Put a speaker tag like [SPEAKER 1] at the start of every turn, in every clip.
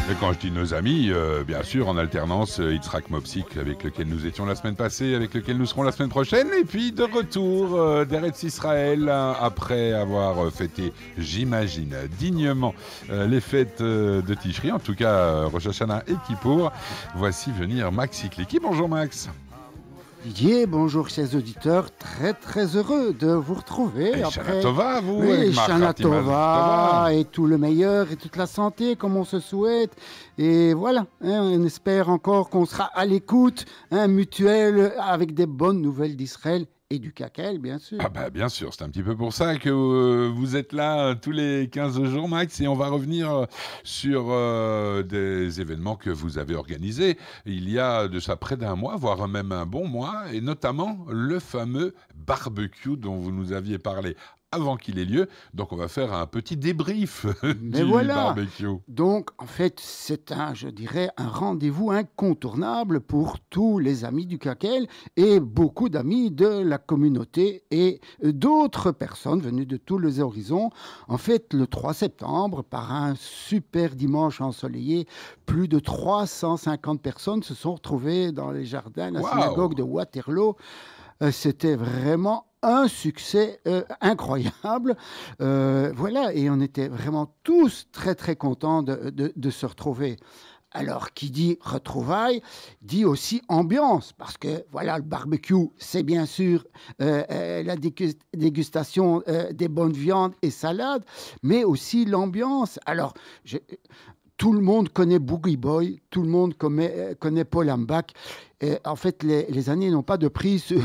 [SPEAKER 1] Et quand je dis nos amis, bien sûr, en alternance, Yitzhak Mopsik, avec lequel nous étions la semaine passée, avec lequel nous serons la semaine prochaine, et puis de retour d'Eretz Israël, après avoir fêté, j'imagine, dignement les fêtes de Tishri, en tout cas Rosh Hashanah et Kippour. Voici venir Max Sikliki. Bonjour Max.
[SPEAKER 2] Didier, bonjour chers auditeurs, très heureux de vous retrouver.
[SPEAKER 1] Et Shana Tova, vous,
[SPEAKER 2] oui,
[SPEAKER 1] avec
[SPEAKER 2] Shana Tova, et tout le meilleur et toute la santé comme on se souhaite. Et voilà, on espère encore qu'on sera à l'écoute mutuelle avec des bonnes nouvelles d'Israël. Et du KKL, bien sûr.
[SPEAKER 1] Ah bah bien sûr, c'est un petit peu pour ça que vous êtes là tous les 15 jours, Max, et on va revenir sur des événements que vous avez organisés il y a de ça près d'un mois, voire même un bon mois, et notamment le fameux barbecue dont vous nous aviez parlé avant qu'il ait lieu. Donc, on va faire un petit débrief du barbecue.
[SPEAKER 2] Donc, en fait, c'est je dirais, un rendez-vous incontournable pour tous les amis du KKL et beaucoup d'amis de la communauté et d'autres personnes venues de tous les horizons. En fait, le 3 septembre, par un super dimanche ensoleillé, plus de 350 personnes se sont retrouvées dans les jardins de la synagogue de Waterloo. C'était vraiment un succès incroyable. Voilà, et on était vraiment tous très contents de se retrouver. Alors, qui dit retrouvailles, dit aussi ambiance, parce que voilà, le barbecue, c'est bien sûr la dégustation des bonnes viandes et salades, mais aussi l'ambiance. Alors, tout le monde connaît Boogie Boy, tout le monde connaît Paul Ambach. Et en fait, les années n'ont pas de prix sur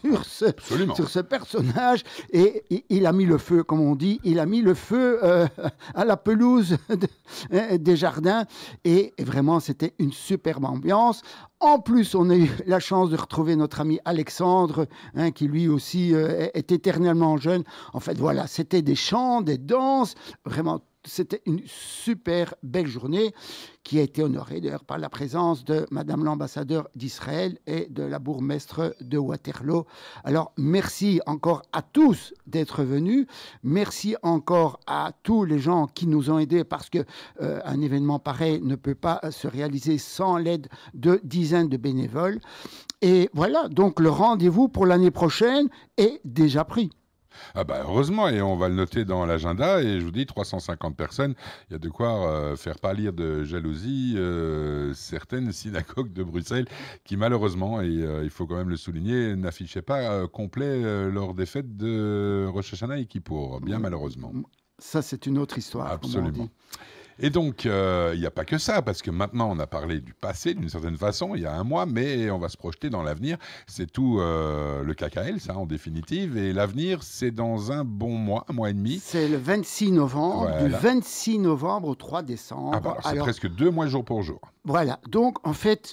[SPEAKER 2] ce personnage. Et il a mis le feu, comme on dit, il a mis le feu à la pelouse des jardins. Et vraiment, c'était une superbe ambiance. En plus, on a eu la chance de retrouver notre ami Alexandre, qui lui aussi est éternellement jeune. En fait, voilà, c'était des chants, des danses, vraiment. C'était une super belle journée qui a été honorée d'ailleurs par la présence de Madame l'ambassadeur d'Israël et de la bourgmestre de Waterloo. Alors, merci encore à tous d'être venus. Merci encore à tous les gens qui nous ont aidés parce que un événement pareil ne peut pas se réaliser sans l'aide de dizaines de bénévoles. Et voilà, donc le rendez-vous pour l'année prochaine est déjà pris.
[SPEAKER 1] Ah bah heureusement, et on va le noter dans l'agenda, et je vous dis 350 personnes, il y a de quoi faire pâlir de jalousie certaines synagogues de Bruxelles qui malheureusement, et il faut quand même le souligner, n'affichaient pas complet lors des fêtes de Rosh Hashanah et Kippour, bien malheureusement.
[SPEAKER 2] Ça c'est une autre histoire.
[SPEAKER 1] Absolument.
[SPEAKER 2] Comme on dit.
[SPEAKER 1] Et donc, il n'y a pas que ça, parce que maintenant, on a parlé du passé, d'une certaine façon, il y a un mois, mais on va se projeter dans l'avenir. C'est tout le KKL, ça, en définitive. Et l'avenir, c'est dans un bon mois, un mois et demi.
[SPEAKER 2] C'est le 26 novembre, voilà. Du 26 novembre au 3 décembre.
[SPEAKER 1] Ah bah alors, c'est presque 2 mois jour pour jour.
[SPEAKER 2] Voilà, donc en fait,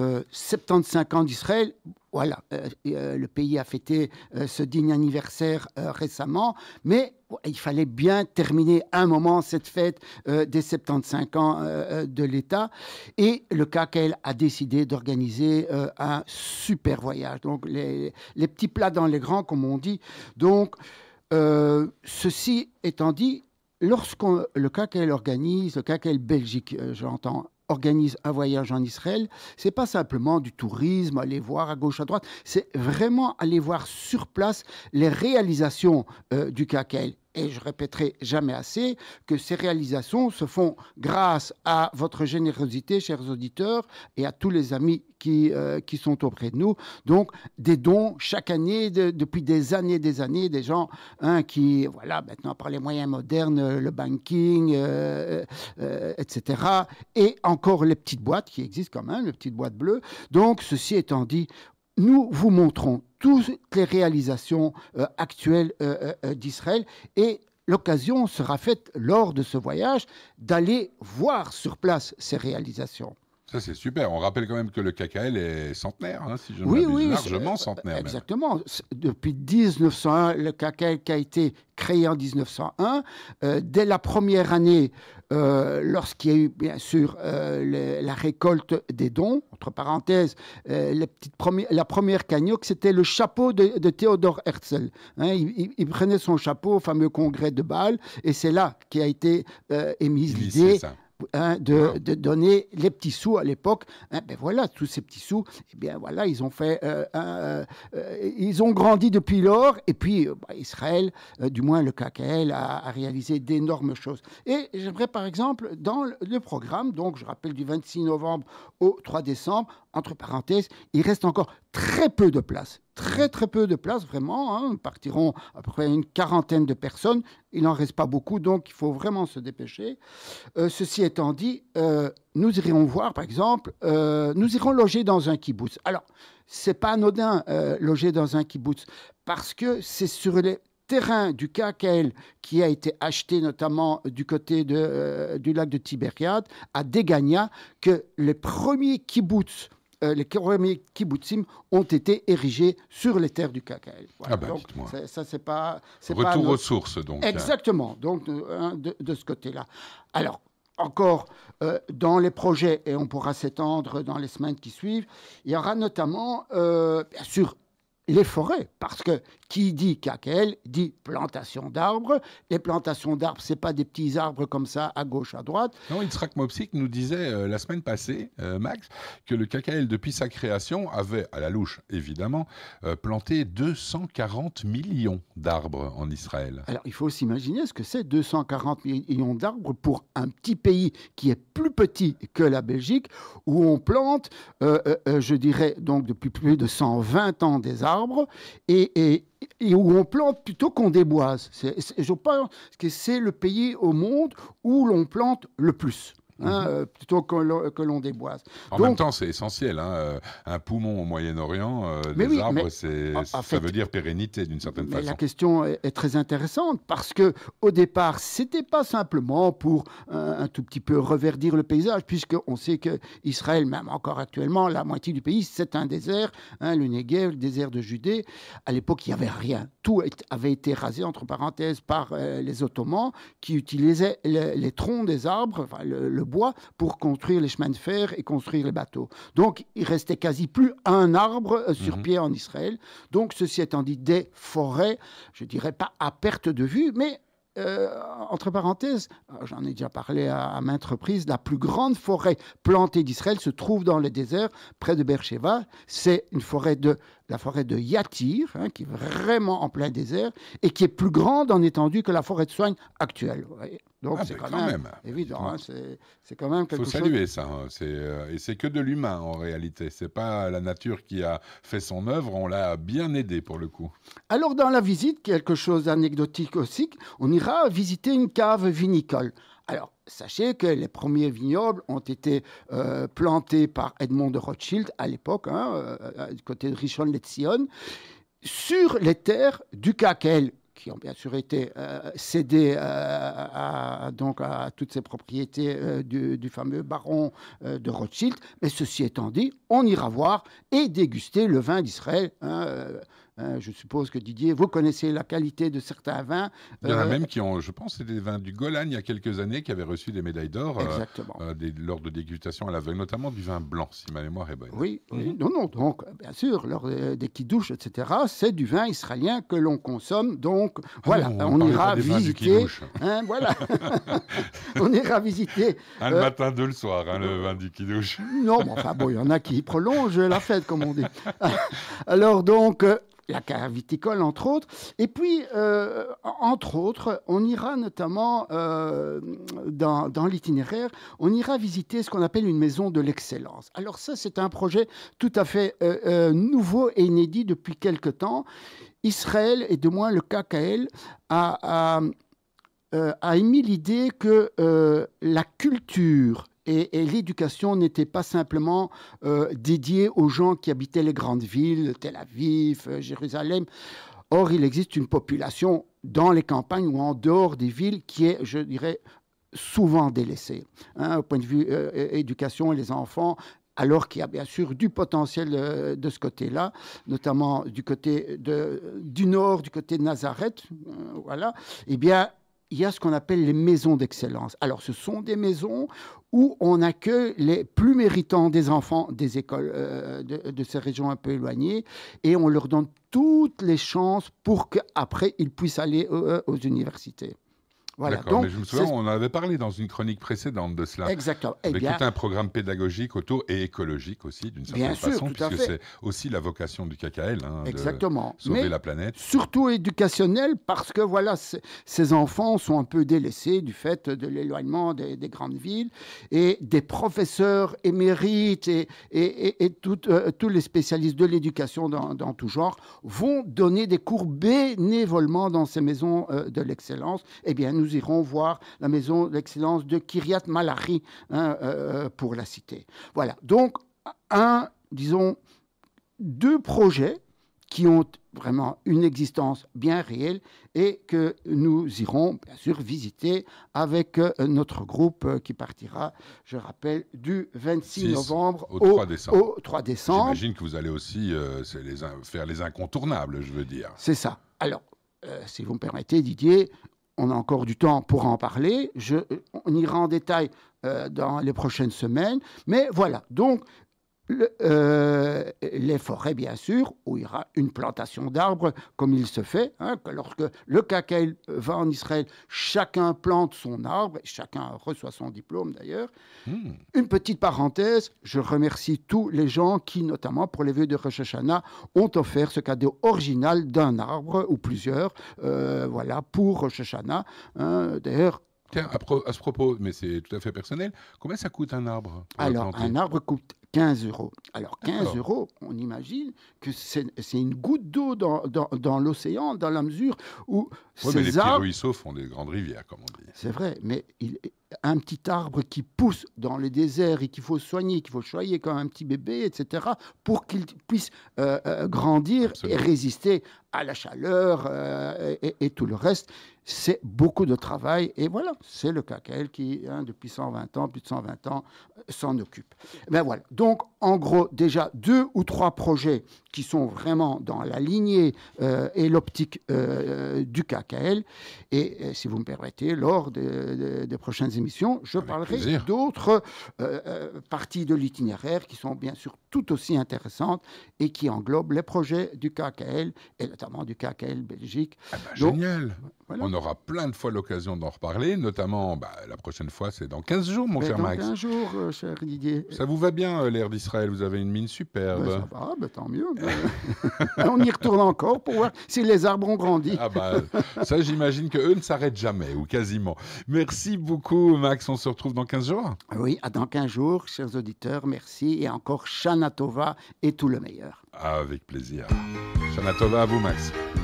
[SPEAKER 2] 75 ans d'Israël, voilà, le pays a fêté ce digne anniversaire récemment, mais il fallait bien terminer un moment cette fête des 75 ans de l'État. Et le KKL a décidé d'organiser un super voyage. Donc, les petits plats dans les grands, comme on dit. Donc, ceci étant dit, lorsqu'on le KKL organise, le KKL Belgique, j'entends, organise un voyage en Israël, c'est pas simplement du tourisme, aller voir à gauche, à droite, c'est vraiment aller voir sur place les réalisations du KKL. Et je répéterai jamais assez que ces réalisations se font grâce à votre générosité, chers auditeurs, et à tous les amis qui sont auprès de nous. Donc, des dons chaque année, depuis des années, des gens qui, voilà, maintenant par les moyens modernes, le banking, etc. Et encore les petites boîtes qui existent quand même, les petites boîtes bleues. Donc, ceci étant dit, nous vous montrons toutes les réalisations actuelles d'Israël et l'occasion sera faite lors de ce voyage d'aller voir sur place ces réalisations.
[SPEAKER 1] Ça, c'est super. On rappelle quand même que le KKL est centenaire, si je ne m'abuse, largement centenaire.
[SPEAKER 2] Exactement. Même. Depuis 1901, le KKL qui a été créé en 1901, dès la première année, lorsqu'il y a eu bien sûr la récolte des dons, entre parenthèses, la première cagnotte, c'était le chapeau de Théodore Herzl. Il prenait son chapeau au fameux congrès de Bâle, et c'est là qu'a été émise l'idée. hein, de donner les petits sous à l'époque. Hein, ben voilà, tous ces petits sous, eh bien voilà, ils ont fait, ils ont grandi depuis lors. Et puis Israël, du moins le KKL, a réalisé d'énormes choses. Et j'aimerais par exemple dans le programme, donc je rappelle du 26 novembre au 3 décembre, entre parenthèses, il reste encore très peu de place. Très très peu de place, vraiment. Hein. Nous partirons à peu près une quarantaine de personnes. Il n'en reste pas beaucoup, donc il faut vraiment se dépêcher. Ceci étant dit, nous irons voir, par exemple, nous irons loger dans un kibbutz. Alors, c'est pas anodin loger dans un kibbutz, parce que c'est sur les terrain du KKL qui a été acheté notamment du côté du lac de Tibériade, à Degania, que les premiers kibbutz, les premiers kibbutzim ont été érigés sur les terres du KKL. Voilà.
[SPEAKER 1] Ah ben,
[SPEAKER 2] Donc,
[SPEAKER 1] dites-moi.
[SPEAKER 2] ça, c'est pas...
[SPEAKER 1] Retour aux sources, donc.
[SPEAKER 2] Exactement, donc de ce côté-là. Alors, encore dans les projets, et on pourra s'étendre dans les semaines qui suivent, il y aura notamment, bien sûr, les forêts, parce que qui dit KKL dit plantation d'arbres. Les plantations d'arbres, ce n'est pas des petits arbres comme ça à gauche, à droite.
[SPEAKER 1] Non, Yitzhak Mopsik nous disait la semaine passée, Max, que le KKL, depuis sa création, avait, à la louche évidemment, planté 240 millions d'arbres en Israël.
[SPEAKER 2] Alors, il faut s'imaginer ce que c'est 240 millions d'arbres pour un petit pays qui est plus petit que la Belgique, où on plante, je dirais, donc depuis plus de 120 ans des arbres, et où on plante plutôt qu'on déboise. Je pense que c'est le pays au monde où l'on plante le plus. Hein, plutôt que l'on déboise.
[SPEAKER 1] En même temps, c'est essentiel. Hein, un poumon au Moyen-Orient, des arbres, ça veut dire pérennité d'une certaine façon.
[SPEAKER 2] La question est très intéressante parce que au départ, c'était pas simplement pour un tout petit peu reverdir le paysage, puisqu'on sait que Israël, même encore actuellement, la moitié du pays, c'est un désert, hein, le Negev, le désert de Judée. À l'époque, il n'y avait rien. Tout avait été rasé, entre parenthèses, par les Ottomans qui utilisaient les troncs des arbres, enfin, le bois, pour construire les chemins de fer et construire les bateaux. Donc, il restait quasi plus un arbre sur pied en Israël. Donc, ceci étant dit, des forêts, je dirais pas à perte de vue, mais entre parenthèses, j'en ai déjà parlé à maintes reprises, la plus grande forêt plantée d'Israël se trouve dans le désert, près de Beersheba. C'est la forêt de Yatir, hein, qui est vraiment en plein désert, et qui est plus grande en étendue que la forêt de soigne actuelle. Vous voyez. Donc c'est quand même évident, hein, c'est quand même quelque chose...
[SPEAKER 1] Il faut saluer ça, hein. Et c'est que de l'humain en réalité, c'est pas la nature qui a fait son œuvre, on l'a bien aidé pour le coup.
[SPEAKER 2] Alors dans la visite, quelque chose d'anecdotique aussi, on ira visiter une cave vinicole. Alors, sachez que les premiers vignobles ont été plantés par Edmond de Rothschild à l'époque, hein, du côté de Rishon LeZion, sur les terres du KKL, qui ont bien sûr été cédées donc à toutes ces propriétés du fameux baron de Rothschild. Mais ceci étant dit, on ira voir et déguster le vin d'Israël. Hein, je suppose que Didier, vous connaissez la qualité de certains vins.
[SPEAKER 1] Il y en a même qui ont, je pense, c'est des vins du Golan il y a quelques années qui avaient reçu des médailles d'or lors de dégustation à l'aveugle, notamment du vin blanc, si ma mémoire est bonne.
[SPEAKER 2] Oui, non, donc bien sûr, lors des kidouches, etc., c'est du vin israélien que l'on consomme. Donc voilà, on ira visiter. Hein, voilà, on ira visiter.
[SPEAKER 1] Le matin de le soir, hein, le vin du kidouche.
[SPEAKER 2] Non, mais enfin bon, il y en a qui prolongent la fête, comme on dit. Alors donc. La cave viticole, entre autres. Et puis, entre autres, on ira notamment dans l'itinéraire, on ira visiter ce qu'on appelle une maison de l'excellence. Alors ça, c'est un projet tout à fait nouveau et inédit depuis quelque temps. Israël, et de moins le KKL, a émis l'idée que la culture et l'éducation n'était pas simplement dédiée aux gens qui habitaient les grandes villes, Tel Aviv, Jérusalem. Or, il existe une population dans les campagnes ou en dehors des villes qui est, je dirais, souvent délaissée. Hein, au point de vue éducation et les enfants, alors qu'il y a bien sûr du potentiel de ce côté-là, notamment du côté du nord, du côté de Nazareth, voilà, eh bien, il y a ce qu'on appelle les maisons d'excellence. Alors, ce sont des maisons où on accueille les plus méritants des enfants des écoles de ces régions un peu éloignées et on leur donne toutes les chances pour qu'après, ils puissent aller aux universités. Voilà.
[SPEAKER 1] D'accord,
[SPEAKER 2] Donc,
[SPEAKER 1] mais je me souviens, on en avait parlé dans une chronique précédente de cela.
[SPEAKER 2] exactement. Eh
[SPEAKER 1] Avec
[SPEAKER 2] bien,
[SPEAKER 1] tout un programme pédagogique autour et écologique aussi, d'une
[SPEAKER 2] bien
[SPEAKER 1] certaine
[SPEAKER 2] sûr,
[SPEAKER 1] façon,
[SPEAKER 2] tout à
[SPEAKER 1] puisque
[SPEAKER 2] fait.
[SPEAKER 1] c'est aussi la vocation du KKL, hein, de
[SPEAKER 2] Exactement.
[SPEAKER 1] sauver
[SPEAKER 2] Mais
[SPEAKER 1] la planète.
[SPEAKER 2] surtout éducationnel parce que voilà, ces enfants sont un peu délaissés du fait de l'éloignement des grandes villes et des professeurs émérites et tous les spécialistes de l'éducation dans tout genre vont donner des cours bénévolement dans ces maisons de l'excellence. Eh bien, nous irons voir la maison d'excellence de Kiryat Malachi, hein, pour la citer. Voilà. Donc, disons, deux projets qui ont vraiment une existence bien réelle et que nous irons bien sûr visiter avec notre groupe qui partira, je rappelle, du 26 novembre
[SPEAKER 1] au 3 décembre.
[SPEAKER 2] Au 3 décembre.
[SPEAKER 1] J'imagine que vous allez aussi faire les incontournables, je veux dire.
[SPEAKER 2] C'est ça. Alors, si vous me permettez, Didier, on a encore du temps pour en parler. On ira en détail dans les prochaines semaines. Mais voilà, donc, les forêts, bien sûr, où il y aura une plantation d'arbres, comme il se fait. Hein, que lorsque le KKL va en Israël, chacun plante son arbre, et chacun reçoit son diplôme d'ailleurs. Une petite parenthèse, je remercie tous les gens qui, notamment pour les vœux de Rosh Hashanah, ont offert ce cadeau original d'un arbre, ou plusieurs, voilà, pour Rosh Hashanah. Hein, d'ailleurs,
[SPEAKER 1] tiens, à ce propos, mais c'est tout à fait personnel, combien ça coûte un arbre pour le
[SPEAKER 2] alors,
[SPEAKER 1] planter?
[SPEAKER 2] un arbre coûte 15 euros. Alors, 15
[SPEAKER 1] D'accord.
[SPEAKER 2] euros, on imagine que c'est une goutte d'eau dans l'océan, dans la mesure où
[SPEAKER 1] Oui, mais les
[SPEAKER 2] ces
[SPEAKER 1] petits
[SPEAKER 2] arbres...
[SPEAKER 1] ruisseaux font des grandes rivières, comme on dit.
[SPEAKER 2] C'est vrai, mais un petit arbre qui pousse dans les déserts et qu'il faut soigner, qu'il faut choyer comme un petit bébé, etc., pour qu'il puisse grandir
[SPEAKER 1] Absolument.
[SPEAKER 2] et résister à la chaleur et tout le reste, c'est beaucoup de travail. Et voilà, c'est le KKL qui, depuis 120 ans, plus de 120 ans, s'en occupe. Ben voilà. Donc, en gros, déjà 2 ou 3 projets qui sont vraiment dans la lignée et l'optique du KKL. Et si vous me permettez, lors des prochaines émissions, je
[SPEAKER 1] Avec
[SPEAKER 2] parlerai
[SPEAKER 1] plaisir.
[SPEAKER 2] d'autres parties de l'itinéraire qui sont bien sûr tout aussi intéressantes et qui englobent les projets du KKL et notamment du KKL Belgique.
[SPEAKER 1] Ah bah,
[SPEAKER 2] Donc,
[SPEAKER 1] génial.
[SPEAKER 2] voilà.
[SPEAKER 1] On aura plein de fois l'occasion d'en reparler, notamment la prochaine fois, c'est dans 15 jours, mon
[SPEAKER 2] Mais
[SPEAKER 1] cher
[SPEAKER 2] dans
[SPEAKER 1] Max.
[SPEAKER 2] 15 jours, cher Didier.
[SPEAKER 1] Ça vous va bien, l'air d'Israël? Vous avez une mine superbe.
[SPEAKER 2] Ben, ça va, ben, tant mieux. On y retourne encore pour voir si les arbres ont grandi.
[SPEAKER 1] Ah bah, ça, j'imagine qu'eux ne s'arrêtent jamais, ou quasiment. Merci beaucoup, Max. On se retrouve dans 15 jours.
[SPEAKER 2] Oui, à dans 15 jours, chers auditeurs, merci. Et encore Shana Tova et tout le meilleur.
[SPEAKER 1] Avec plaisir. Shana Tova à vous, Max.